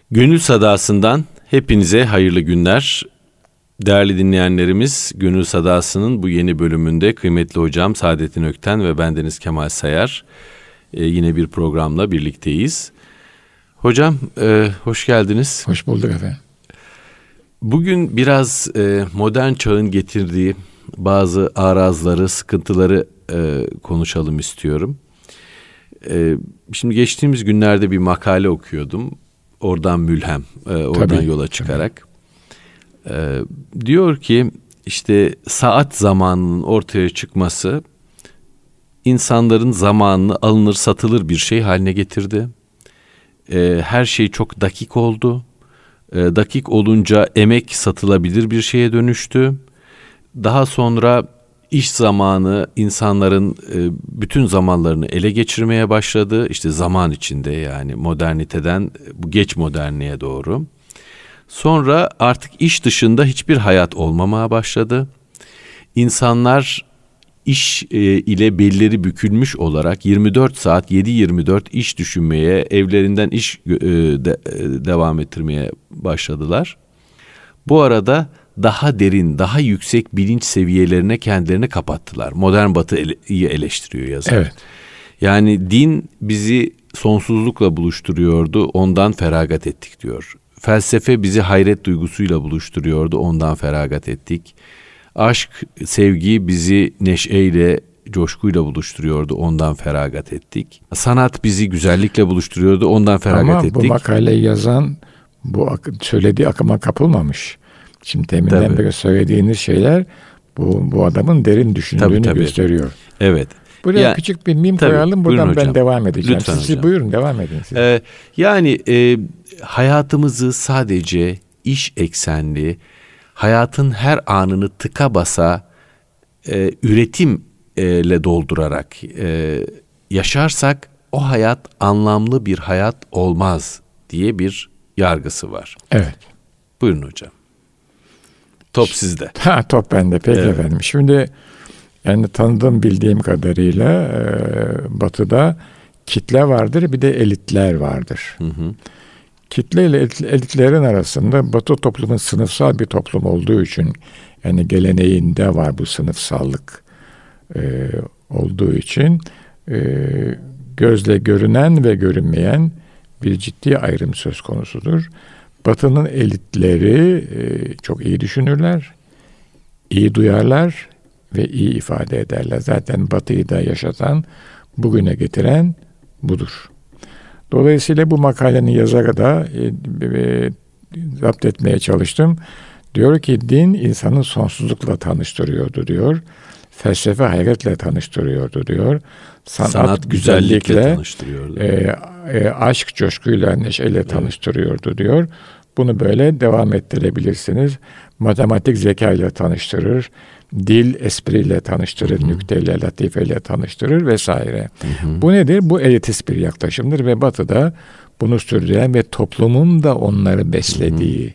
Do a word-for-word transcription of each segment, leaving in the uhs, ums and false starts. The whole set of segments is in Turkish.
Gönül Sadası'ndan hepinize hayırlı günler. Değerli dinleyenlerimiz, Gönül Sadası'nın bu yeni bölümünde kıymetli hocam Saadettin Ökten ve bendeniz Kemal Sayar e, yine bir programla birlikteyiz. Hocam e, hoş geldiniz. Hoş bulduk efendim. Bugün biraz e, modern çağın getirdiği bazı arazları, sıkıntıları e, konuşalım istiyorum. E, şimdi geçtiğimiz günlerde bir makale okuyordum. Oradan mülhem, e, oradan Tabii, yola çıkarak. E, diyor ki işte saat zamanının ortaya çıkması insanların zamanını alınır satılır bir şey haline getirdi. E, her şey çok dakik oldu. E, dakik olunca emek satılabilir bir şeye dönüştü. Daha sonra iş zamanı insanların e, bütün zamanlarını ele geçirmeye başladı. İşte zaman içinde, yani moderniteden bu geç modernliğe doğru. Sonra artık iş dışında hiçbir hayat olmamaya başladı. İnsanlar iş e, ile belleri bükülmüş olarak yirmi dört saat yedi yirmi dört iş düşünmeye, evlerinden iş e, de, e, devam ettirmeye başladılar. Bu arada daha derin, daha yüksek bilinç seviyelerine kendilerini kapattılar. Modern Batı'yı eleştiriyor yazar. Evet. Yani din bizi sonsuzlukla buluşturuyordu, ondan feragat ettik diyor. Felsefe bizi hayret duygusuyla buluşturuyordu, ondan feragat ettik. Aşk, sevgi bizi neşeyle, coşkuyla buluşturuyordu, ondan feragat ettik. Sanat bizi güzellikle buluşturuyordu, ondan feragat Ama ettik. bu makaleyi yazan bu söylediği akıma kapılmamış. Şimdi teminden Tabii. beri söylediğiniz şeyler bu, bu adamın derin düşündüğünü Tabii, tabii. gösteriyor. Evet. Buraya Ya, küçük bir mim tabii, koyalım, buradan buyurun ben hocam. devam edeceğim. Lütfen Siz hocam. buyurun, devam edin siz. Ee, yani e, hayatımızı sadece iş eksenli, hayatın her anını tıka basa e, üretimle doldurarak e, yaşarsak o hayat anlamlı bir hayat olmaz diye bir yargısı var. Evet. Buyurun hocam. Top sizde. Ha, top bende. Peki Evet. efendim. Şimdi yani tanıdığım, bildiğim kadarıyla e, Batı'da kitle vardır, bir de elitler vardır. Hı hı. Kitle ile elitlerin arasında Batı toplumun sınıfsal bir toplum olduğu için, yani geleneğinde var bu sınıfsallık e, olduğu için e, gözle görünen ve görünmeyen bir ciddi ayrım söz konusudur. Batı'nın elitleri e, çok iyi düşünürler, iyi duyarlar ve iyi ifade ederler. Zaten Batı'yı da yaşatan, bugüne getiren budur. Dolayısıyla bu makalenin yazarı da e, e, zapt etmeye çalıştım. Diyor ki din insanı sonsuzlukla tanıştırıyordu diyor. Felsefe hayretle tanıştırıyordu diyor. Sanat, Sanat güzellikle, güzellikle tanıştırıyordu. E, e, aşk coşkuyla, neşeyle evet. tanıştırıyordu diyor. Bunu böyle devam ettirebilirsiniz. Matematik zekayla tanıştırır. Dil espriyle tanıştırır, hı hı. nükteyle, latifeyle tanıştırır vesaire. Hı hı. Bu nedir? Bu elitist bir yaklaşımdır ve Batı'da bunu sürdüren ve toplumun da onları beslediği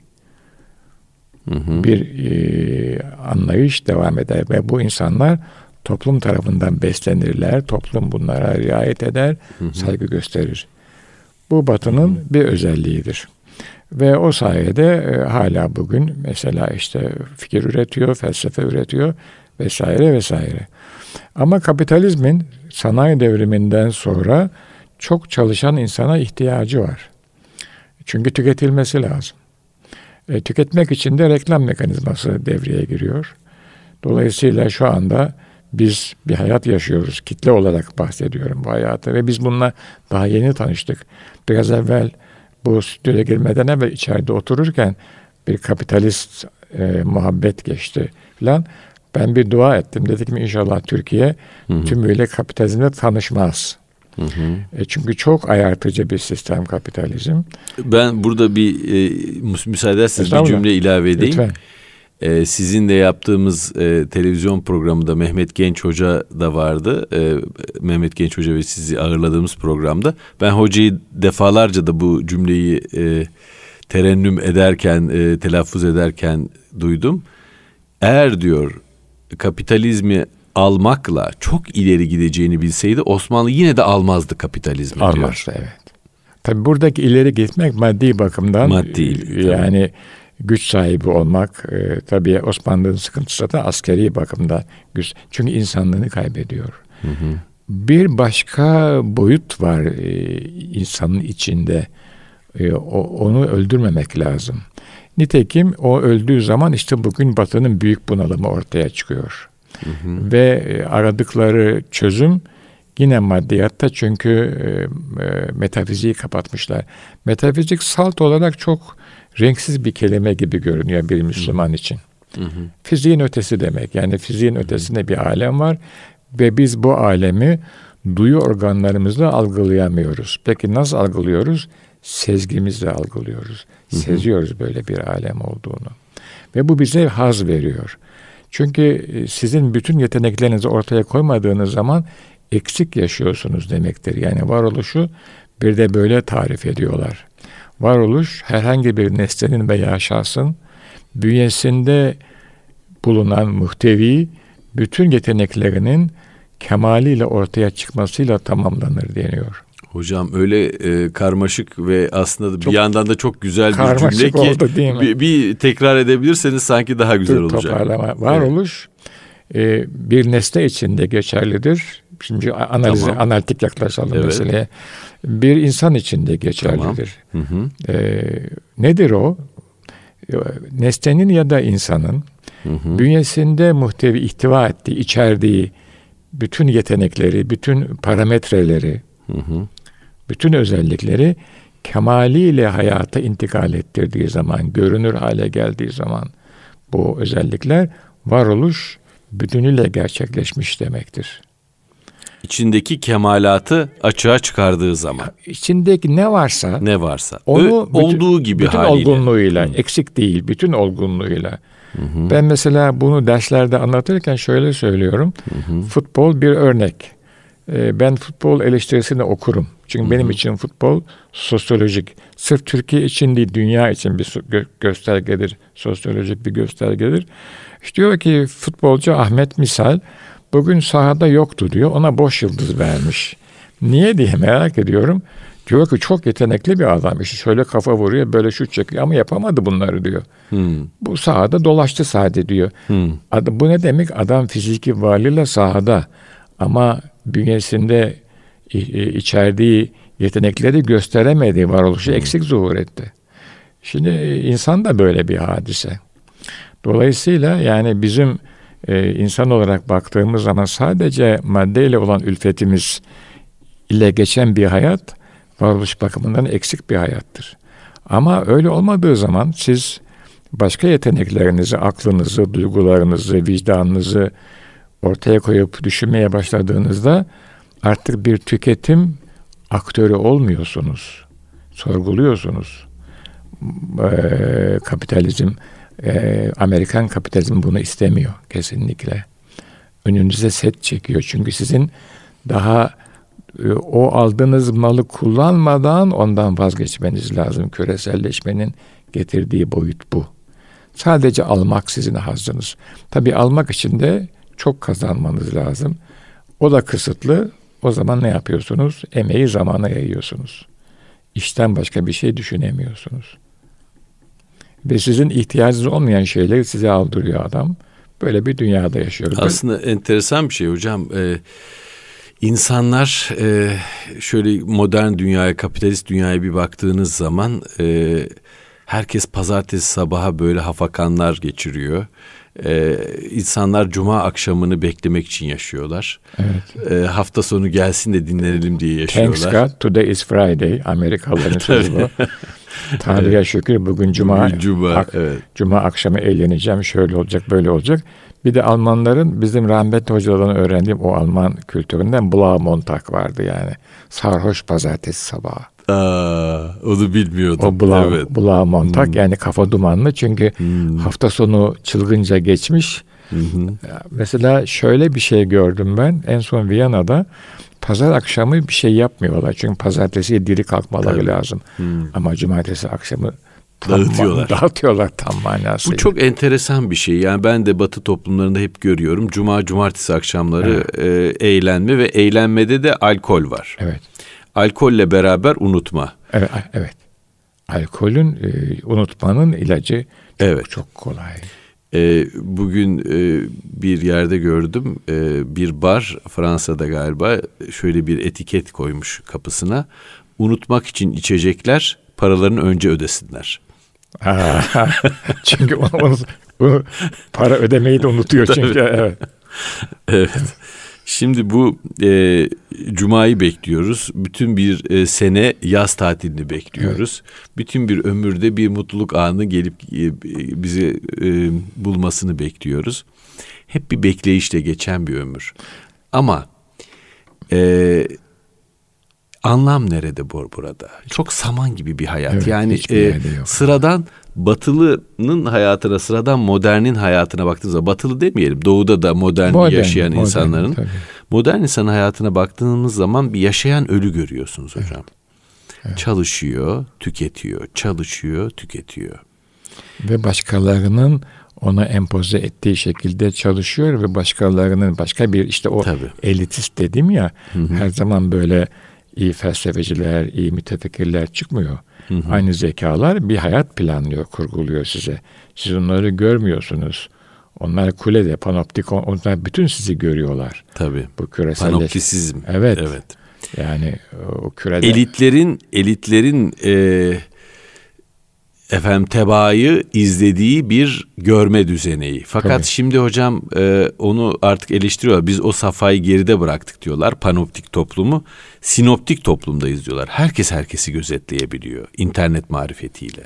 hı hı. bir e, anlayış devam eder ve bu insanlar toplum tarafından beslenirler, toplum bunlara riayet eder, hı hı. saygı gösterir. Bu Batı'nın hı hı. bir özelliğidir. Ve o sayede e, hala bugün mesela işte fikir üretiyor, felsefe üretiyor vesaire vesaire. Ama kapitalizmin sanayi devriminden sonra çok çalışan insana ihtiyacı var. Çünkü tüketilmesi lazım. E, tüketmek için de reklam mekanizması devreye giriyor. Dolayısıyla şu anda biz bir hayat yaşıyoruz. Kitle olarak bahsediyorum bu hayatı ve biz bununla daha yeni tanıştık. Biraz evvel bu stüdyoya girmeden evvel içeride otururken bir kapitalist e, muhabbet geçti falan. Ben bir dua ettim. Dedik mi inşallah Türkiye hı hı. tümüyle kapitalizmle tanışmaz. Hı hı. E çünkü çok ayartıcı bir sistem kapitalizm. Ben burada bir e, müsaade ederseniz bir cümle ilave edeyim. Lütfen. E, sizinle yaptığımız e, televizyon programında Mehmet Genç Hoca da vardı. E, Mehmet Genç Hoca ve sizi ağırladığımız programda. Ben hocayı defalarca da bu cümleyi e, terennüm ederken, e, telaffuz ederken duydum. Eğer diyor kapitalizmi almakla çok ileri gideceğini bilseydi Osmanlı yine de almazdı kapitalizmi diyor. Almazdı, evet. Tabii buradaki ileri gitmek maddi bakımdan, Maddi, yani tabii. güç sahibi olmak, e, tabii Osmanlı'nın sıkıntısı da askeri bakımda güç. Çünkü insanlığını kaybediyor. Hı hı. Bir başka boyut var e, insanın içinde. E, o, onu öldürmemek lazım. Nitekim o öldüğü zaman işte bugün Batı'nın büyük bunalımı ortaya çıkıyor. Hı hı. Ve e, aradıkları çözüm yine maddiyatta, çünkü e, e, metafiziği kapatmışlar. Metafizik salt olarak çok renksiz bir kelime gibi görünüyor bir Müslüman hı. için. Hı hı. Fiziğin ötesi demek. Yani fiziğin ötesinde bir alem var ve biz bu alemi duyu organlarımızla algılayamıyoruz. Peki nasıl algılıyoruz? Sezgimizle algılıyoruz. Hı hı. Seziyoruz böyle bir alem olduğunu. Ve bu bize haz veriyor. Çünkü sizin bütün yeteneklerinizi ortaya koymadığınız zaman eksik yaşıyorsunuz demektir. Yani varoluşu bir de böyle tarif ediyorlar. Varoluş herhangi bir nesnenin veya şahsın bünyesinde bulunan muhtevi bütün yeteneklerinin kemaliyle ortaya çıkmasıyla tamamlanır deniyor. Hocam öyle e, karmaşık ve aslında çok bir yandan da çok güzel bir cümle ki oldu, değil mi? Bir, bir tekrar edebilirseniz sanki daha güzel Dur, olacak. Toparlama. Varoluş evet. e, bir nesne içinde geçerlidir. Şimdi analiz, tamam. analitik yaklaşalım evet. meseleye. Bir insan içinde geçerlidir. Tamam. Hı hı. E, nedir o? Nesnenin ya da insanın hı hı. bünyesinde muhtevi ihtiva ettiği, içerdiği bütün yetenekleri, bütün parametreleri, hı hı. bütün özellikleri kemaliyle hayata intikal ettirdiği zaman, görünür hale geldiği zaman bu özellikler varoluş bütünüyle gerçekleşmiş demektir. İçindeki kemalatı açığa çıkardığı zaman. İçindeki ne varsa, ne varsa, onu bütün, olduğu gibi bütün haliyle. Bütün olgunluğuyla, Hı. eksik değil, bütün olgunluğuyla. Hı hı. Ben mesela bunu derslerde anlatırken şöyle söylüyorum. Hı hı. Futbol bir örnek. Ben futbol eleştirisini okurum. Çünkü hı hı. benim için futbol sosyolojik. Sırf Türkiye için değil, dünya için bir gö- göstergedir. Sosyolojik bir göstergedir. İşte diyor ki futbolcu Ahmet misal bugün sahada yoktu diyor. Ona boş yıldız vermiş. Niye diye merak ediyorum. Diyor ki çok yetenekli bir adam. İşte şöyle kafa vuruyor, böyle şut çekiyor ama yapamadı bunları diyor. Hmm. Bu sahada dolaştı sadece diyor. Hmm. Ad, bu ne demek? Adam fiziki varlığıyla sahada ama bünyesinde içerdiği yetenekleri gösteremediği varoluşu hmm. eksik zuhur etti. Şimdi insan da böyle bir hadise. Dolayısıyla yani bizim e, insan olarak baktığımız zaman sadece maddeyle olan ülfetimiz ile geçen bir hayat varoluş bakımından eksik bir hayattır. Ama öyle olmadığı zaman siz başka yeteneklerinizi, aklınızı, duygularınızı, vicdanınızı ortaya koyup düşünmeye başladığınızda artık bir tüketim aktörü olmuyorsunuz. Sorguluyorsunuz. Ee, kapitalizm, e, Amerikan kapitalizmi bunu istemiyor kesinlikle. Önünüze set çekiyor. Çünkü sizin daha e, o aldığınız malı kullanmadan ondan vazgeçmeniz lazım. Küreselleşmenin getirdiği boyut bu. Sadece almak sizin hazzınız. Tabii almak için de çok kazanmanız lazım. O da kısıtlı. O zaman ne yapıyorsunuz? Emeği zamana yayıyorsunuz. İşten başka bir şey düşünemiyorsunuz. Ve sizin ihtiyacınız olmayan şeyleri size aldırıyor adam. Böyle bir dünyada yaşıyoruz. Aslında enteresan bir şey hocam. Ee, insanlar e, şöyle modern dünyaya, kapitalist dünyaya bir baktığınız zaman e, herkes pazartesi sabaha böyle hafakanlar geçiriyor. Ee, insanlar cuma akşamını beklemek için yaşıyorlar. Evet. Ee, hafta sonu gelsin de dinlenelim diye yaşıyorlar. Thanks God, today is Friday. Amerikalıların sözü bu. Tanrı'ya evet. şükür bugün cuma. Bugün cuma, ak- evet. Cuma akşamı eğleneceğim. Şöyle olacak, böyle olacak. Bir de Almanların bizim rahmetli hocalardan öğrendiğim o Alman kültüründen Blaumontag vardı yani. Sarhoş pazartesi sabahı. Aa, onu bilmiyordum. O Blau, evet. Blaumontag hmm. yani kafa dumanlı çünkü hmm. hafta sonu çılgınca geçmiş. Hmm. Mesela şöyle bir şey gördüm ben en son Viyana'da. Pazar akşamı bir şey yapmıyorlar. Çünkü pazartesiye diri kalkmaları Tabii. lazım. Hmm. Ama cumartesi akşamı tam dağıtıyorlar. Man, dağıtıyorlar tam manasıyla. Bu çok enteresan bir şey. Yani ben de Batı toplumlarında hep görüyorum. Cuma, cumartesi akşamları evet. e, eğlenme ve eğlenmede de alkol var. Evet. Alkolle beraber unutma. Evet, evet. Alkolün e, unutmanın ilacı çok, evet. çok kolay. E, bugün e, bir yerde gördüm, e, bir bar Fransa'da galiba şöyle bir etiket koymuş kapısına. Unutmak için içecekler, paralarını önce ödesinler. Çünkü onu, onu, onu para ödemeyi de unutuyor çünkü. Evet. Evet. Şimdi bu e, Cuma'yı bekliyoruz. Bütün bir e, sene yaz tatilini bekliyoruz. Evet. Bütün bir ömürde bir mutluluk anı gelip e, bizi e, bulmasını bekliyoruz. Hep bir bekleyişle geçen bir ömür. Ama e, anlam nerede bu burada? Çok saman gibi bir hayat. Evet, yani e, sıradan Batılı'nın hayatına, sıradan modernin hayatına baktığımızda, Batılı demeyelim, Doğu'da da modern, modern yaşayan modern, insanların, tabii. modern insan hayatına baktığımız zaman bir yaşayan ölü görüyorsunuz hocam. Evet. Evet. Çalışıyor, tüketiyor, çalışıyor, tüketiyor. Ve başkalarının ona empoze ettiği şekilde çalışıyor ve başkalarının başka bir işte o tabii. elitist dedim ya, hı hı. her zaman böyle iyi felsefeciler, iyi mütefekkirler çıkmıyor. Hı hı. Aynı zekalar bir hayat planlıyor, kurguluyor size. Siz onları görmüyorsunuz. Onlar kulede, panoptikon, onlar bütün sizi görüyorlar. Tabii. Bu küreselleşme. Panoptisizm. Evet. Evet. Yani o kürede. Elitlerin, elitlerin e, efendim tebaayı izlediği bir görme düzeneği. Fakat tabii. şimdi hocam e, onu artık eleştiriyorlar. Biz o safhayı geride bıraktık diyorlar. Panoptik toplumu sinoptik toplumdayız diyorlar. Herkes herkesi gözetleyebiliyor internet marifetiyle.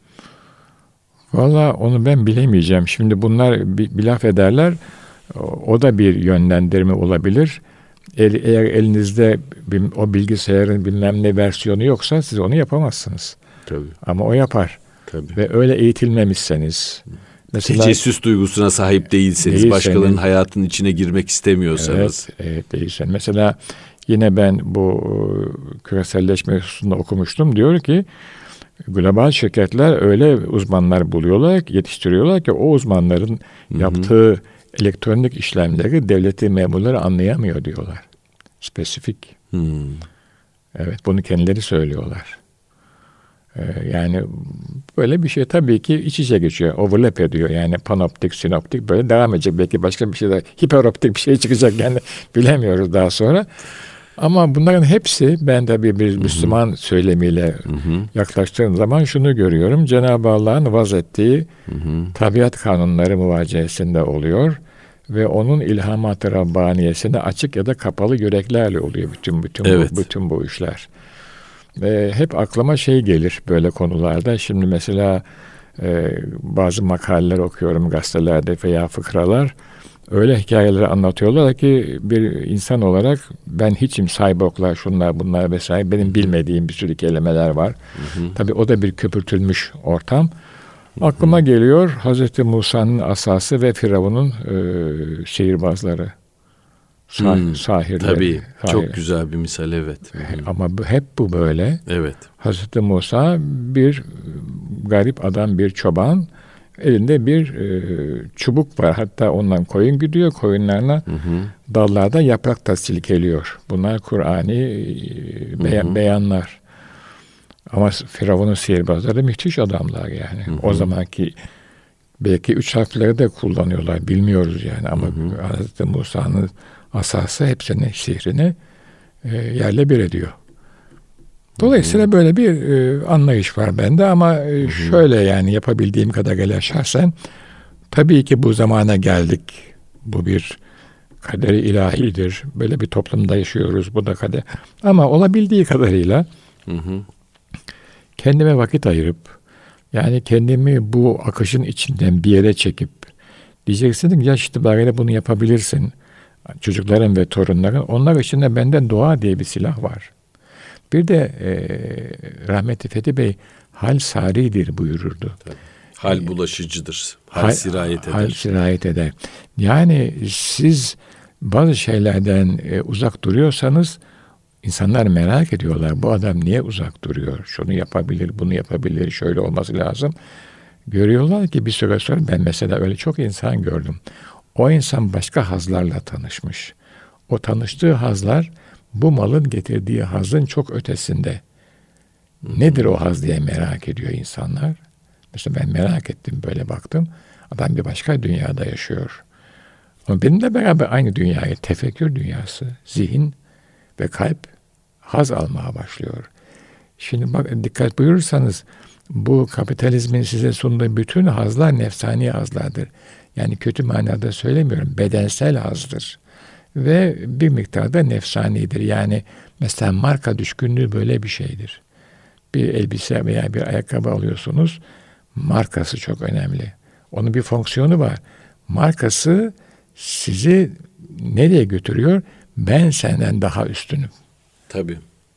Vallahi onu ben bilemeyeceğim. Şimdi bunlar bir, bir laf ederler. O da bir yönlendirme olabilir. El, eğer elinizde bir, o bilgisayarın bilmem ne versiyonu yoksa siz onu yapamazsınız. Tabii. Ama o yapar. Tabii. Ve öyle eğitilmemişseniz. Mesela, tecessüs duygusuna sahip değilseniz, değilseniz, başkalarının hayatının içine girmek istemiyorsanız. Evet, evet değilseniz. Mesela yine ben bu küreselleşme hususunda okumuştum. Diyor ki global şirketler öyle uzmanlar buluyorlar, yetiştiriyorlar ki o uzmanların Hı-hı. yaptığı elektronik işlemleri devleti memurları anlayamıyor diyorlar. Spesifik. Hı. Evet, bunu kendileri söylüyorlar. Yani böyle bir şey tabii ki iç içe geçiyor. Overlap ediyor. Yani panoptik, sinoptik böyle devam edecek. Belki başka bir şey de hiperoptik bir şey çıkacak. Yani bilemiyoruz daha sonra. Ama bunların hepsi ben de bir, bir Müslüman hı hı. söylemiyle hı hı. yaklaştığım zaman şunu görüyorum. Cenab-ı Allah'ın vaz ettiği hı hı. tabiat kanunları muvacehesinde oluyor. Ve onun ilhamat-ı Rabbaniyesine açık ya da kapalı yüreklerle oluyor bütün bütün evet. bu, bütün bu işler. Ve hep aklıma şey gelir böyle konularda. Şimdi mesela e, bazı makaleler okuyorum gazetelerde veya fıkralar. Öyle hikayeleri anlatıyorlar ki bir insan olarak ben hiçim, cyborglar, şunlar bunlar vesaire benim bilmediğim bir sürü kelimeler var. Hı hı. Tabii o da bir köpürtülmüş ortam. Aklıma geliyor Hazreti Musa'nın asası ve Firavun'un e, sihirbazları. Sah- hmm, sahirleri. Tabii sahir. Çok güzel bir misal evet. Ama bu, hep bu böyle. Evet. Hazreti Musa bir garip adam, bir çoban. Elinde bir e, çubuk var. Hatta ondan koyun gidiyor. Koyunlarına hı hı. dallarda yaprak da silkeliyor. Bunlar Kur'ani e, beyan, hı hı. beyanlar. Ama Firavun'un sihirbazları müthiş adamlar yani. Hı hı. O zamanki belki üç harfleri de kullanıyorlar. Bilmiyoruz yani. Ama hı hı. Hazreti Musa'nın asası hepsini, sihrini e, yerle bir ediyor. Dolayısıyla hı hı. böyle bir e, anlayış var bende ama e, hı hı. şöyle yani yapabildiğim kadarıyla şahsen tabii ki bu zamana geldik. Bu bir kaderi ilahidir. Böyle bir toplumda yaşıyoruz. Bu da kader. Ama olabildiği kadarıyla hı hı. kendime vakit ayırıp yani kendimi bu akışın içinden bir yere çekip diyeceksin ki yaş itibariyle bunu yapabilirsin. Çocukların ve torunların. Onlar için de benden dua diye bir silah var. Bir de e, rahmetli Fethi Bey hal saridir buyururdu. Tabii. Hal bulaşıcıdır. Hal, hal sirayet eder. Hal sirayet eder. Yani siz bazı şeylerden e, uzak duruyorsanız insanlar merak ediyorlar. Bu adam niye uzak duruyor? Şunu yapabilir, bunu yapabilir, şöyle olması lazım. Görüyorlar ki bir süre sonra ben mesela öyle çok insan gördüm. O insan başka hazlarla tanışmış. O tanıştığı hazlar bu malın getirdiği hazın çok ötesinde. Nedir o haz diye merak ediyor insanlar. Mesela ben merak ettim, böyle baktım. Adam bir başka dünyada yaşıyor. Ama benimle beraber aynı dünyayı, tefekkür dünyası, zihin ve kalp haz almaya başlıyor. Şimdi bak, dikkat buyurursanız bu kapitalizmin size sunduğu bütün hazlar nefsani hazlardır. Yani kötü manada söylemiyorum. Bedensel hazdır. Ve bir miktarda nefsanidir. Yani mesela marka düşkünlüğü böyle bir şeydir. Bir elbise veya bir ayakkabı alıyorsunuz. Markası çok önemli. Onun bir fonksiyonu var. Markası sizi nereye götürüyor? Ben senden daha üstünüm. Tabii.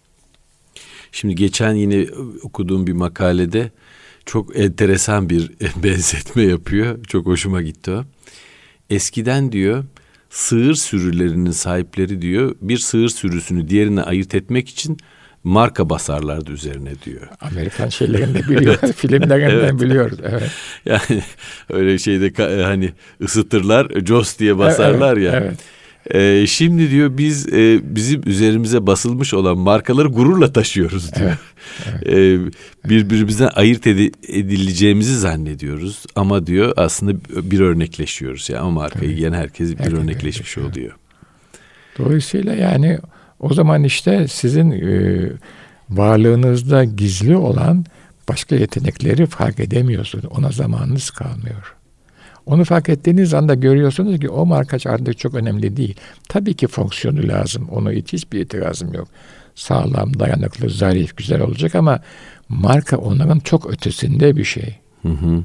Şimdi geçen yine okuduğum bir makalede çok enteresan bir benzetme yapıyor. Çok hoşuma gitti o. Eskiden diyor, sığır sürülerinin sahipleri diyor, bir sığır sürüsünü diğerine ayırt etmek için marka basarlardı üzerine diyor. Amerikan şeylerini de biliyor, filmlerinden evet. biliyoruz. Evet. Yani öyle şeyde hani ısıtırlar, Jos diye basarlar evet, ya. Evet. Ee, şimdi diyor biz e, bizim üzerimize basılmış olan markaları gururla taşıyoruz diyor. Evet, evet. Ee, birbirimizden ayırt edi- edileceğimizi zannediyoruz ama diyor aslında bir örnekleşiyoruz. Yani o markayı giyen herkes bir herkes örnekleşmiş oluyor. Dolayısıyla yani o zaman işte sizin e, varlığınızda gizli olan başka yetenekleri fark edemiyorsunuz. Ona zamanınız kalmıyor. Onu fark ettiğiniz anda görüyorsunuz ki o marka artık çok önemli değil. Tabii ki fonksiyonu lazım. Ona hiçbir itirazım yok. Sağlam, dayanıklı, zarif, güzel olacak ama marka onların çok ötesinde bir şey. Hı hı.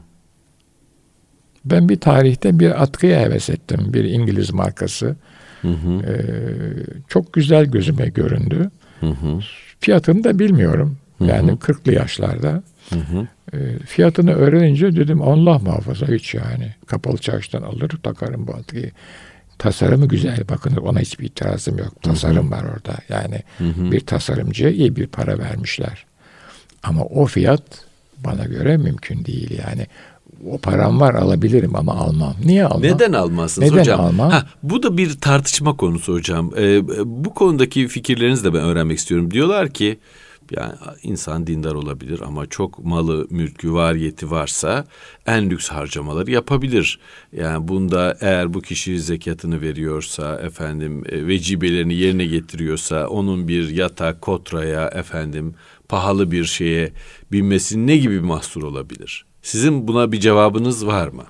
Ben bir tarihte bir atkıya heves ettim. Bir İngiliz markası. Hı hı. Ee, çok güzel gözüme göründü. Hı hı. Fiyatını da bilmiyorum. Yani hı hı. kırklı yaşlarda. Hı hı. E, fiyatını öğrenince dedim Allah muhafaza hiç yani. Kapalı çarşıdan alır takarım bu atkıyı. Tasarımı güzel, bakın ona hiçbir itirazım yok. Tasarım hı hı. var orada. Yani hı hı. bir tasarımcıya iyi bir para vermişler. Ama o fiyat bana göre mümkün değil yani. O param var, alabilirim ama almam. Niye almam? Neden almazsınız Neden hocam? Almam? Ha, bu da bir tartışma konusu hocam. Ee, bu konudaki fikirlerinizi de ben öğrenmek istiyorum. Diyorlar ki yani insan dindar olabilir ama çok malı, mülkü, variyeti varsa en lüks harcamaları yapabilir. Yani bunda eğer bu kişi zekatını veriyorsa, efendim vecibelerini yerine getiriyorsa, onun bir yata, kotraya, efendim pahalı bir şeye binmesi ne gibi bir mahsur olabilir? Sizin buna bir cevabınız var mı?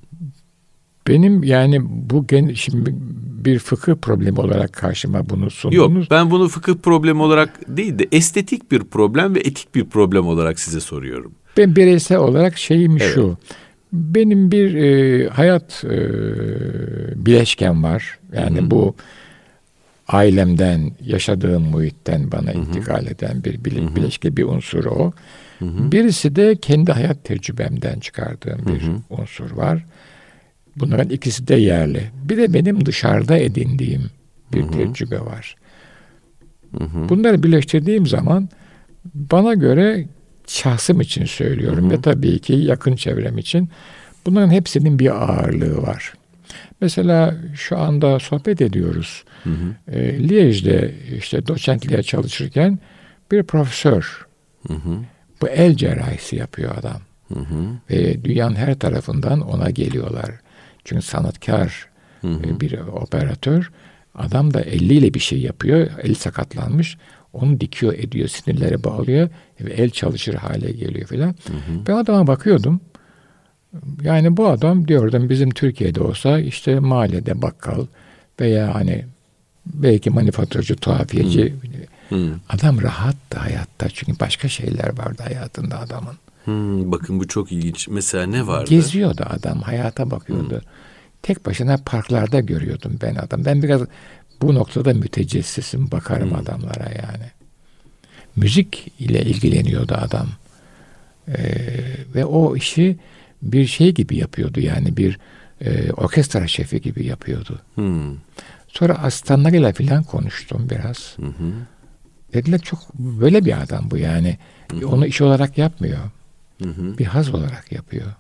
Benim yani bu gen şimdi bir fıkıh problemi olarak karşıma bunu sundunuz. Yok, ben bunu fıkıh problemi olarak değil de estetik bir problem ve etik bir problem olarak size soruyorum. Ben bireysel olarak şeyim evet. şu. Benim bir e, hayat e, bileşkem var. Yani Hı-hı. bu ailemden, yaşadığım muhitten bana Hı-hı. intikal eden bir bile, bileşke bir unsur o. Hı-hı. Birisi de kendi hayat tecrübemden çıkardığım bir Hı-hı. unsur var. Bunların ikisi de yerli. Bir de benim dışarıda edindiğim bir Hı-hı. tecrübe var. Hı-hı. Bunları birleştirdiğim zaman bana göre şahsım için söylüyorum Hı-hı. ve tabii ki yakın çevrem için bunların hepsinin bir ağırlığı var. Mesela şu anda sohbet ediyoruz. E, Liège'de işte doçentliğe çalışırken bir profesör Hı-hı. bu el cerrahisi yapıyor adam. Hı-hı. Ve dünyanın her tarafından ona geliyorlar. Çünkü sanatkar hı hı. bir operatör. Adam da eliyle bir şey yapıyor. Eli sakatlanmış. Onu dikiyor, ediyor, sinirleri bağlıyor ve el çalışır hale geliyor filan. Ben adama bakıyordum. Yani bu adam diyordum bizim Türkiye'de olsa işte mahallede bakkal veya hani belki manifaturacı, tuhafiyeci. Hı hı. Adam rahattı hayatta. Çünkü başka şeyler vardı hayatında adamın. Hmm, bakın bu çok ilginç. Mesela ne vardı? Geziyordu adam, hayata bakıyordu. Hmm. Tek başına parklarda görüyordum ben adam. Ben biraz bu noktada mütecessisim, bakarım hmm. adamlara yani. Müzik ile ilgileniyordu adam. Ee, ve o işi bir şey gibi yapıyordu yani bir e, orkestra şefi gibi yapıyordu. Hmm. Sonra asistanlarıyla falan konuştum biraz. Hmm. Dediler çok böyle bir adam bu yani. Hmm. Onu iş olarak yapmıyor. Hı hı. Bir haz olarak yapıyor.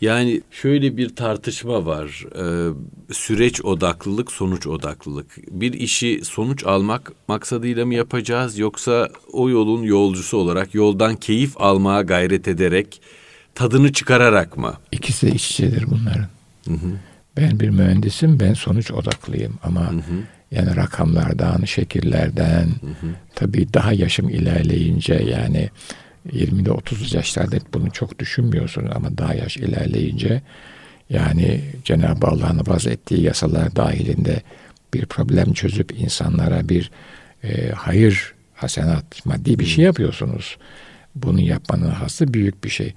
Yani şöyle bir tartışma var. Ee, süreç odaklılık, sonuç odaklılık. Bir işi sonuç almak maksadıyla mı yapacağız, yoksa o yolun yolcusu olarak yoldan keyif almaya gayret ederek, tadını çıkararak mı? İkisi de iç içedir bunların. Hı hı. Ben bir mühendisim, ben sonuç odaklıyım ama Hı hı. yani rakamlardan, şekillerden, hı hı. tabii daha yaşım ilerleyince, yani yirmide otuz yaşlarda bunu çok düşünmüyorsun ama daha yaş ilerleyince, yani Cenab-ı Allah'ın vaz ettiği yasalar dahilinde bir problem çözüp insanlara bir e, hayır, hasenat, maddi bir şey yapıyorsunuz. Bunu yapmanın hası büyük bir şey.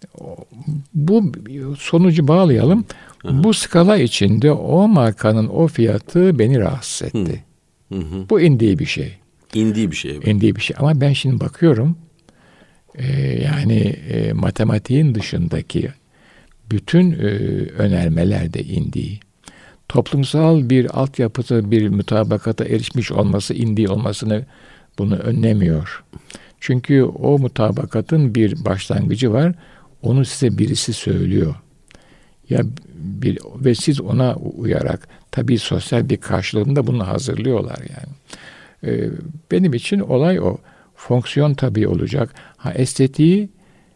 Bu sonucu bağlayalım. Hı-hı. Bu skala içinde o markanın o fiyatı beni rahatsız etti. Hı hı. Bu indiği bir şey. İndiği bir şey. İndiği bir şey. Ama ben şimdi bakıyorum, e, yani e, matematiğin dışındaki bütün e, önermeler de indiği. Toplumsal bir altyapıda bir mutabakata erişmiş olması, indiği olmasını bunu önlemiyor. Çünkü o mutabakatın bir başlangıcı var. Onu size birisi söylüyor. Ya bir ve siz ona uyarak, tabii sosyal bir karşılığında bunu hazırlıyorlar yani. Ee, benim için olay o. Fonksiyon tabii olacak. Ha, estetiği,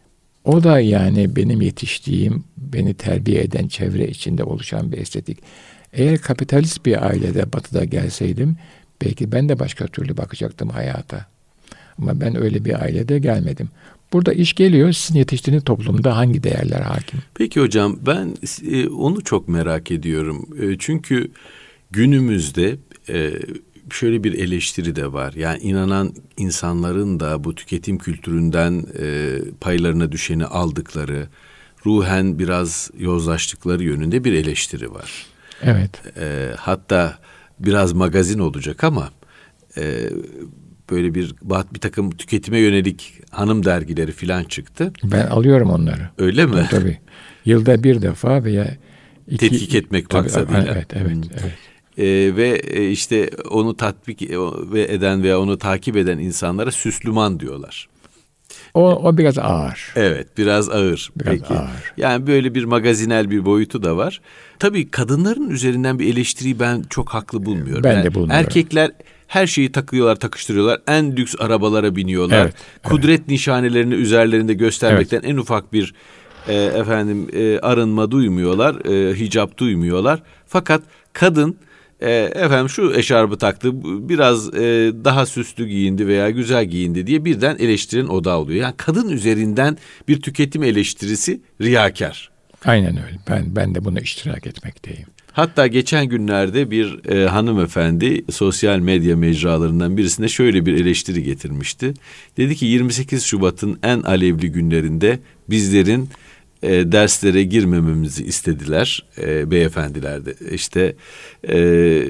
o da yani benim yetiştiğim, beni terbiye eden çevre içinde oluşan bir estetik. Eğer kapitalist bir ailede, batıda gelseydim, belki ben de başka türlü bakacaktım hayata. Ama ben öyle bir ailede gelmedim. Burada iş geliyor, sizin yetiştiğiniz toplumda hangi değerler hakim? Peki hocam, ben e, onu çok merak ediyorum. E, çünkü günümüzde e, şöyle bir eleştiri de var. Yani inanan insanların da bu tüketim kültüründen e, paylarına düşeni aldıkları, ruhen biraz yozlaştıkları yönünde bir eleştiri var. Evet. E, hatta biraz magazin olacak ama e, böyle bir bir takım tüketime yönelik hanım dergileri filan çıktı. Ben alıyorum onları. Öyle mi? Tabii. Yılda bir defa veya iki, tetkik etmek tabii, maksadıyla. Evet, evet, hmm. evet. Ee, ve işte onu tatbik eden veya onu takip eden insanlara süslüman diyorlar. O, o biraz ağır. Evet, biraz ağır. Biraz Peki. ağır. Yani böyle bir magazinel bir boyutu da var. Tabii kadınların üzerinden bir eleştiriyi ben çok haklı bulmuyorum. Ben yani de bulmuyorum. Erkekler her şeyi takıyorlar, takıştırıyorlar. En lüks arabalara biniyorlar. Evet, Kudret evet. nişanelerini üzerlerinde göstermekten evet. en ufak bir e, efendim e, arınma duymuyorlar, e, hicap duymuyorlar. Fakat kadın e, efendim şu eşarbı taktı, biraz e, daha süslü giyindi veya güzel giyindi diye birden eleştirinin odağı oluyor. Yani kadın üzerinden bir tüketim eleştirisi riyakar. Aynen öyle. Ben ben de buna iştirak etmekteyim. Hatta geçen günlerde bir e, hanımefendi sosyal medya mecralarından birisine şöyle bir eleştiri getirmişti. Dedi ki yirmi sekiz Şubat'ın en alevli günlerinde bizlerin e, derslere girmememizi istediler e, beyefendiler de. İşte e,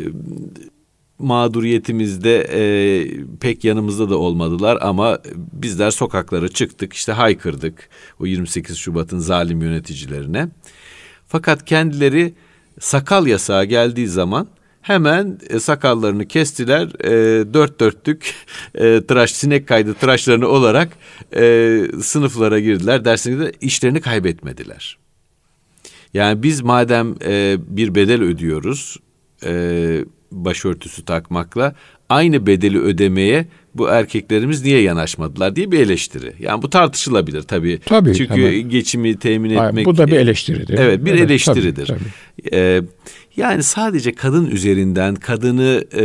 mağduriyetimizde e, pek yanımızda da olmadılar ama bizler sokaklara çıktık, işte haykırdık o yirmi sekiz Şubat'ın zalim yöneticilerine. Fakat kendileri sakal yasağı geldiği zaman hemen e, sakallarını kestiler, e, dört dörtlük e, tıraş, sinek kaydı tıraşlarını olarak e, sınıflara girdiler, derslerinde işlerini kaybetmediler. Yani biz madem e, bir bedel ödüyoruz, e, başörtüsü takmakla, aynı bedeli ödemeye bu erkeklerimiz niye yanaşmadılar diye bir eleştiri. Yani bu tartışılabilir tabii. Tabii. Çünkü tabii. geçimi temin Hayır, etmek. Bu da bir eleştiridir. Evet, bir evet, eleştiridir. Tabii, tabii. Ee, yani sadece kadın üzerinden, kadını e,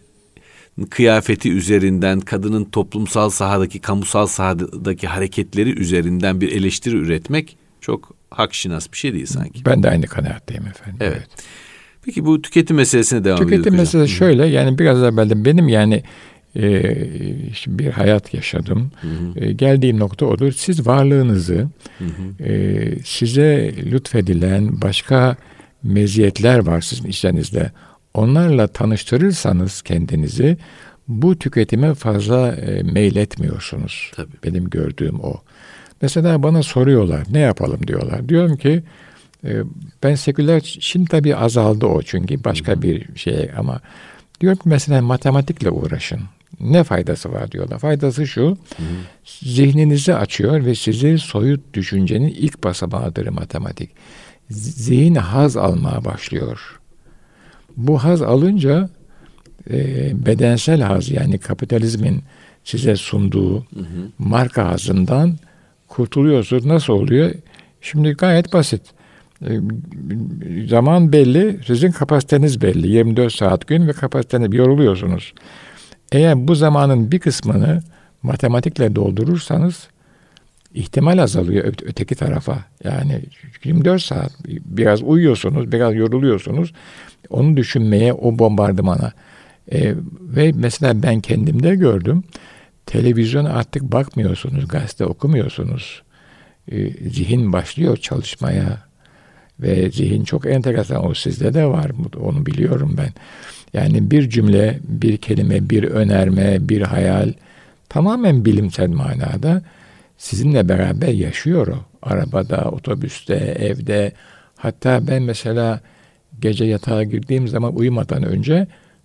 kıyafeti üzerinden, kadının toplumsal sahadaki, kamusal sahadaki hareketleri üzerinden bir eleştiri üretmek çok hakşinas bir şey değil sanki. Ben de aynı kanaatteyim efendim. Evet. evet. Peki bu tüketim meselesine devam edelim. Tüketim meselesi şöyle, yani biraz evvel de benim yani e, şimdi bir hayat yaşadım. Hı hı. E, geldiğim nokta odur. Siz varlığınızı hı hı. E, size lütfedilen başka meziyetler var sizin içlerinizde. Onlarla tanıştırırsanız kendinizi, bu tüketime fazla e, meyletmiyorsunuz. Tabii. Benim gördüğüm o. Mesela bana soruyorlar, ne yapalım diyorlar. Diyorum ki e, ben seküler, şimdi tabii azaldı o çünkü başka Hı-hı. bir şey, ama diyorum ki mesela matematikle uğraşın. Ne faydası var diyorlar. Faydası şu, Hı. zihninizi açıyor ve sizi soyut düşüncenin ilk basamağıdır matematik. Zihin haz almaya başlıyor. Bu haz alınca e, bedensel haz, yani kapitalizmin size sunduğu hı hı. marka hazından kurtuluyorsunuz. Nasıl oluyor? Şimdi gayet basit. E, zaman belli, sizin kapasiteniz belli. yirmi dört saat gün ve kapasiteniz, yoruluyorsunuz. Eğer bu zamanın bir kısmını matematikle doldurursanız ihtimal azalıyor ö- öteki tarafa. Yani yirmi dört saat biraz uyuyorsunuz, biraz yoruluyorsunuz. Onu düşünmeye, o bombardımana. E, ve mesela ben kendimde gördüm. Televizyona artık bakmıyorsunuz, gazete okumuyorsunuz. E, zihin başlıyor çalışmaya. Ve zihin çok enteresan. O sizde de var. Onu biliyorum ben. Yani bir cümle, bir kelime, bir önerme, bir hayal tamamen bilimsel manada sizinle beraber yaşıyor o. Arabada, otobüste, evde. Hatta ben mesela gece yatağa girdiğim zaman uyumadan önce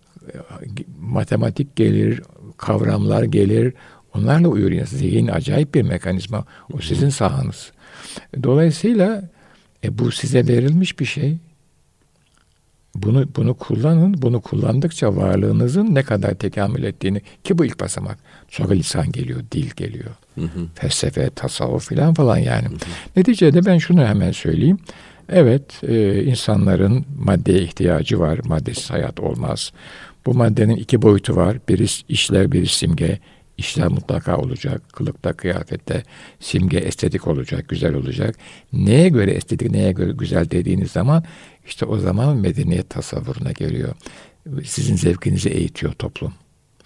matematik gelir, kavramlar gelir. Onlarla uyuyor. Zihin acayip bir mekanizma. O sizin sahanız. Dolayısıyla e, bu size verilmiş bir şey. Bunu bunu kullanın. Bunu kullandıkça varlığınızın ne kadar tekamül ettiğini, ki bu ilk basamak. Sonra lisan geliyor, dil geliyor. Hı hı. Felsefe, tasavvuf falan falan yani. Hı hı. Neticede ben şunu hemen söyleyeyim. Evet, e, insanların maddeye ihtiyacı var. Maddesiz hayat olmaz. Bu maddenin iki boyutu var. Biri işler, biri simge. İşler mutlaka olacak. Kılıkta, kıyafette simge estetik olacak, güzel olacak. Neye göre estetik, neye göre güzel dediğiniz zaman işte o zaman medeniyet tasavvuruna geliyor. Sizin zevkinizi eğitiyor toplum.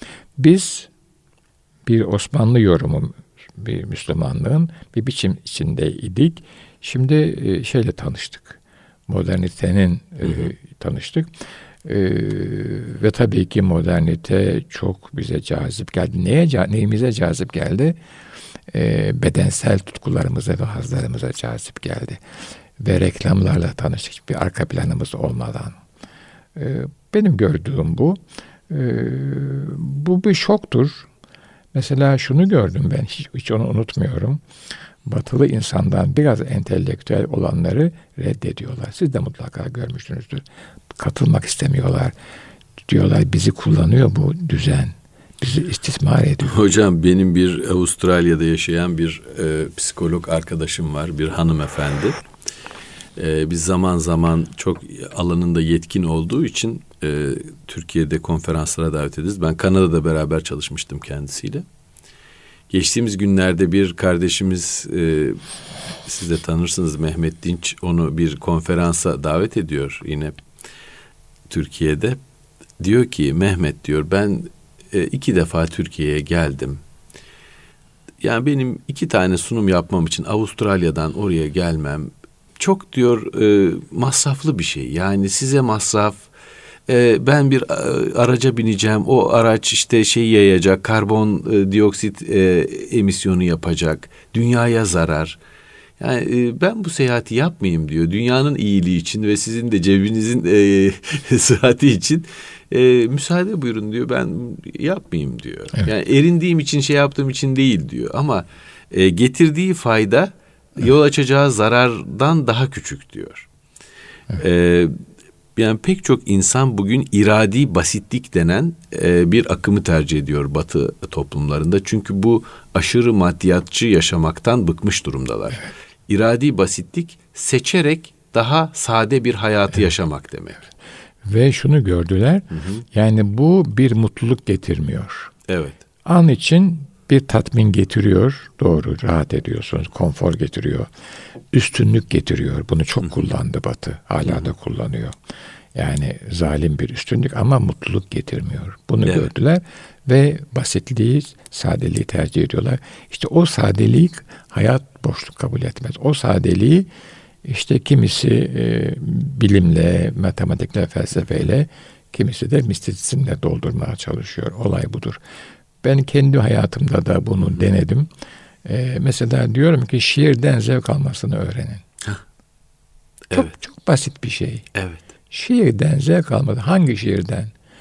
Biz bir Osmanlı yorumu, bir Müslümanlığın bir biçim içindeydik. Şimdi e, şeyle tanıştık. Modernitenin e, tanıştık. Ee, ve tabii ki modernite çok bize cazip geldi. Neye, neyimize cazip geldi? Ee, bedensel tutkularımıza ve hazlarımıza cazip geldi. Ve reklamlarla tanıştık. Bir arka planımız olmadan. Ee, benim gördüğüm bu. Ee, bu bir şoktur. Mesela şunu gördüm ben, hiç, hiç onu unutmuyorum. Batılı insandan biraz entelektüel olanları reddediyorlar. Siz de mutlaka görmüşsünüzdür. Katılmak istemiyorlar. Diyorlar bizi kullanıyor bu düzen. Bizi istismar ediyor. Hocam benim bir Avustralya'da yaşayan bir e, psikolog arkadaşım var. Bir hanımefendi. E, biz zaman zaman çok alanında yetkin olduğu için e, Türkiye'de konferanslara davet ederiz. Ben Kanada'da beraber çalışmıştım kendisiyle. Geçtiğimiz günlerde bir kardeşimiz, e, siz de tanırsınız, Mehmet Dinç, onu bir konferansa davet ediyor yine Türkiye'de. Diyor ki Mehmet diyor ben e, iki defa Türkiye'ye geldim. Yani benim iki tane sunum yapmam için Avustralya'dan oraya gelmem çok diyor e, masraflı bir şey. Yani size masraf. Ee, ben bir araca bineceğim, o araç işte şey yayacak, karbon e, dioksit e, emisyonu yapacak, dünyaya zarar. Yani e, ben bu seyahati yapmayayım diyor. Dünyanın iyiliği için ve sizin de cebinizin e, sıhhati için e, müsaade buyurun diyor. Ben yapmayayım diyor. Evet. Yani erindiğim için, şey yaptığım için değil diyor. Ama e, getirdiği fayda yol açacağı zarardan daha küçük diyor. Evet. E, Yani pek çok insan bugün iradi basitlik denen e, bir akımı tercih ediyor Batı toplumlarında. Çünkü bu aşırı maddiyatçı yaşamaktan bıkmış durumdalar. Evet. İradi basitlik seçerek daha sade bir hayatı evet. yaşamak demek. Ve şunu gördüler, hı hı. yani bu bir mutluluk getirmiyor. Evet. An için bir tatmin getiriyor, doğru, rahat ediyorsunuz, konfor getiriyor, üstünlük getiriyor. Bunu çok Hı. kullandı Batı, hala Hı. da kullanıyor. Yani zalim bir üstünlük ama mutluluk getirmiyor. Bunu evet. gördüler ve basitliği, sadeliği tercih ediyorlar. İşte o sadelik hayat boşluk kabul etmez. O sadeliği işte kimisi e, bilimle, matematikle, felsefeyle, kimisi de mistisizmle doldurmaya çalışıyor. Olay budur. Ben kendi hayatımda da bunu Hı. denedim. Ee, mesela diyorum ki şiirden zevk almasını öğrenin. Heh. Evet. Çok çok basit bir şey. Evet. Şiirden zevk alması. Hangi şiirden?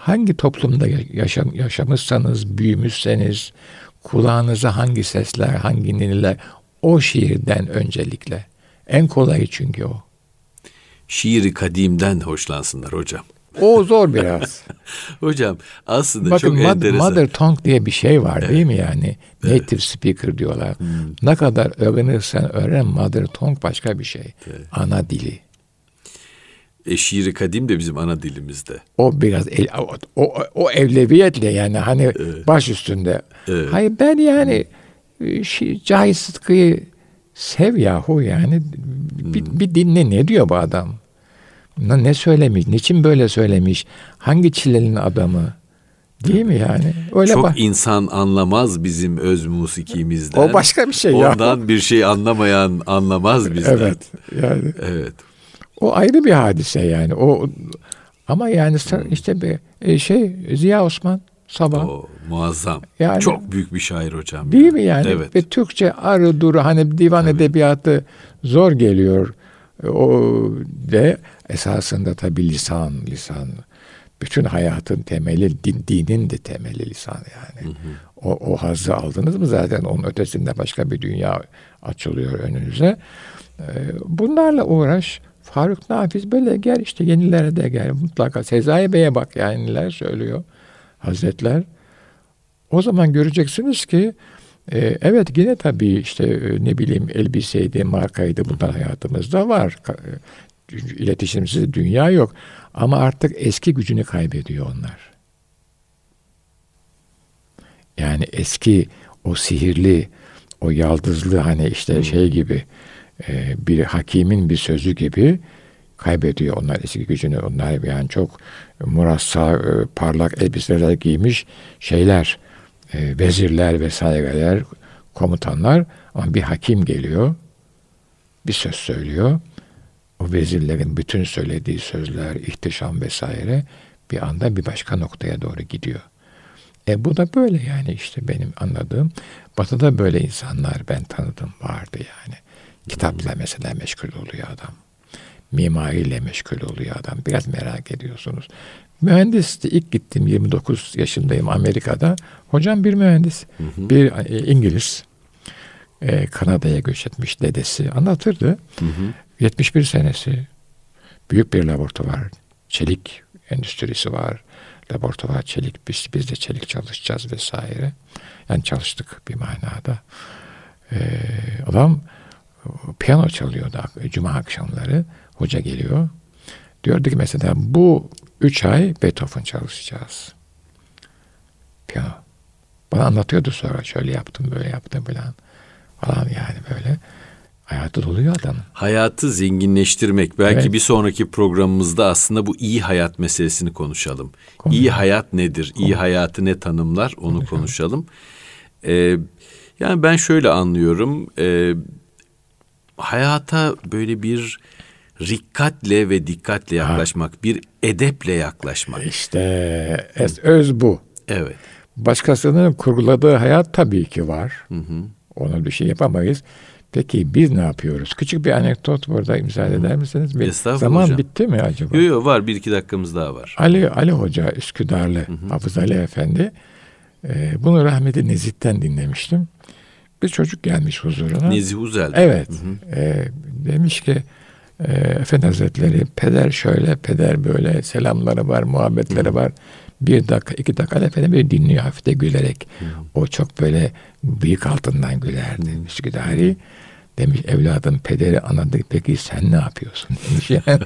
hangi toplumda yaşam, yaşamışsanız, büyümüşseniz, kulağınıza hangi sesler, hangi ninniler, o şiirden öncelikle. En kolayı çünkü o. Şiiri kadimden hoşlansınlar hocam. O zor biraz. Hocam aslında bakın, çok mother, enteresan. Mother tongue diye bir şey var, evet, değil mi yani? Evet. Native speaker diyorlar. Hmm. Ne kadar öğrenirsen öğren, mother tongue başka bir şey. Evet. Ana dili. E, şiiri kadim de bizim ana dilimizde. O biraz el, o, o, o evleviyetle yani hani evet, baş üstünde. Evet. Hayır ben yani şi, Cahit Sıtkı'yı sev yahu yani. Hmm. Bir, bir dinle, ne diyor bu adam? Ne söylemiş? Niçin böyle söylemiş? Hangi çilenin adamı? Değil mi yani? Öyle çok bak. insan anlamaz bizim öz musikimizden. O başka bir şey ya. Ondan bir şey anlamayan anlamaz bizden. Evet. Yani. Evet. O ayrı bir hadise yani. O ama yani işte bir şey, Ziya Osman Sabah. O muazzam. Yani, çok büyük bir şair hocam. Değil ya. mi yani? Evet. Ve Türkçe arı duru hani divan evet, edebiyatı zor geliyor. O de esasında tabii lisan, lisan. Bütün hayatın temeli, din, dinin de temeli lisan yani. Hı hı. O, o hazzı aldınız mı zaten onun ötesinde başka bir dünya açılıyor önünüze. Bunlarla uğraş. Faruk Nafiz böyle gel işte, yenilere de gel mutlaka. Sezai Bey'e bak yani neler söylüyor Hazretler. O zaman göreceksiniz ki e, evet yine tabii işte e, ne bileyim elbiseydi, markaydı, bunlar hayatımızda var. E, iletişimsiz dünya yok. Ama artık eski gücünü kaybediyor onlar. Yani eski o sihirli, o yaldızlı hani işte şey gibi, e, bir hakimin bir sözü gibi kaybediyor onlar eski gücünü. Onlar yani çok murassa, e, parlak elbiseler giymiş şeyler, e, vezirler vesaireler, komutanlar, ama bir hakim geliyor, bir söz söylüyor. O vezirlerin bütün söylediği sözler, ihtişam vesaire bir anda bir başka noktaya doğru gidiyor. E bu da böyle yani işte benim anladığım. Batı'da böyle insanlar ben tanıdım, vardı yani. Kitapla mesela meşgul oluyor adam. Mimariyle meşgul oluyor adam. Biraz merak ediyorsunuz. Mühendisti, ilk gittim yirmi dokuz yaşındayım Amerika'da. Hocam bir mühendis, hı hı. bir e, İngiliz. E, Kanada'ya göç etmiş dedesi anlatırdı. Hı hı. yetmiş bir senesi. Büyük bir laboratuvar. Çelik endüstrisi var. Laboratuvar çelik. Biz, biz de çelik çalışacağız vesaire. Yani çalıştık bir manada. E, adam piyano çalıyordu cuma akşamları. Hoca geliyor. Diyordu ki mesela bu üç ay Beethoven çalışacağız. Piyano. Bana anlatıyordu sonra. Şöyle yaptım, böyle yaptım falan. Falan yani böyle. Hayatı doluyor adamın. Hayatı zenginleştirmek. Belki evet, bir sonraki programımızda aslında bu iyi hayat meselesini konuşalım. Konuşalım. İyi hayat nedir? Konuşalım. İyi hayatı ne tanımlar? Onu konuşalım. konuşalım. Ee, yani ben şöyle anlıyorum. Ee, hayata böyle bir rikkatle ve dikkatle yaklaşmak, ha. bir edeple yaklaşmak. İşte es, öz bu. Evet. Başkasının kurguladığı hayat tabii ki var. Hı hı. Ona bir şey yapamayız. Peki biz ne yapıyoruz? Küçük bir anekdot burada müsaade eder misiniz? Bir zaman hocam. Bitti mi acaba? Yok yok var, bir iki dakikamız daha var. Ali Ali Hoca Üsküdarlı, hı hı. Hafız Ali Efendi. E, bunu rahmetli Nezih'ten dinlemiştim. Bir çocuk gelmiş huzuruna. Nezih Uzel. Evet. Hı hı. E, demiş ki e, Efendi Hazretleri peder şöyle, peder böyle, selamları var, muhabbetleri hı hı. var. Bir dakika, iki dakika Ali Efendi böyle dinliyor hafif de gülerek. Hı. O çok böyle bıyık altından gülerdi. Üsküdar'ı demiş evladım pederi anladık, peki sen ne yapıyorsun demiş yani.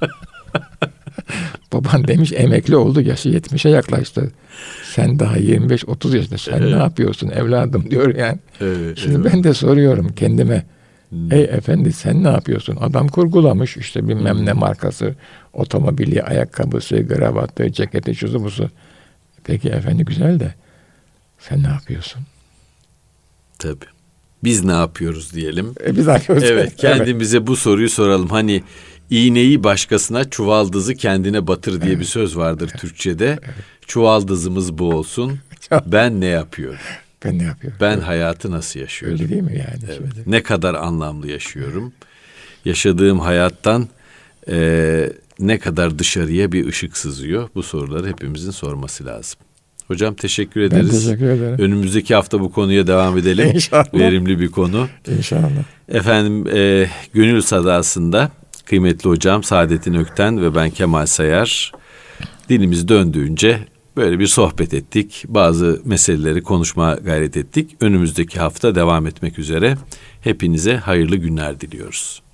Baban demiş emekli oldu, yaşı yetmişe yaklaştı. Sen daha yirmi beş otuz yaşında, sen evet. ne yapıyorsun evladım diyor yani. Evet, Şimdi evet. ben de soruyorum kendime. Hmm. Ey efendi sen ne yapıyorsun? Adam kurgulamış işte bilmem hmm. ne markası, otomobili, ayakkabısı, kravatı, ceketi, şusu busu. Peki efendi güzel de sen ne yapıyorsun? Tabii. Biz ne yapıyoruz diyelim. E, biz ne yapıyoruz? Evet, kendimize evet. bu soruyu soralım. Hani iğneyi başkasına, çuvaldızı kendine batır diye evet. bir söz vardır evet. Türkçe'de. Evet. Çuvaldızımız bu olsun. Ben ne yapıyorum? Ben ne yapıyorum? Ben evet. hayatı nasıl yaşıyorum? Öyle değil mi yani? Evet. Ne kadar anlamlı yaşıyorum? Yaşadığım hayattan e, ne kadar dışarıya bir ışık sızıyor? Bu soruları hepimizin sorması lazım. Hocam teşekkür ederiz. Ben teşekkür ederim. Önümüzdeki hafta bu konuya devam edelim. İnşallah. Verimli bir konu. İnşallah. Efendim e, Gönül Sadası'nda kıymetli hocam Saadettin Ökten ve ben Kemal Sayar dilimiz döndüğünce böyle bir sohbet ettik. Bazı meseleleri konuşmaya gayret ettik. Önümüzdeki hafta devam etmek üzere. Hepinize hayırlı günler diliyoruz.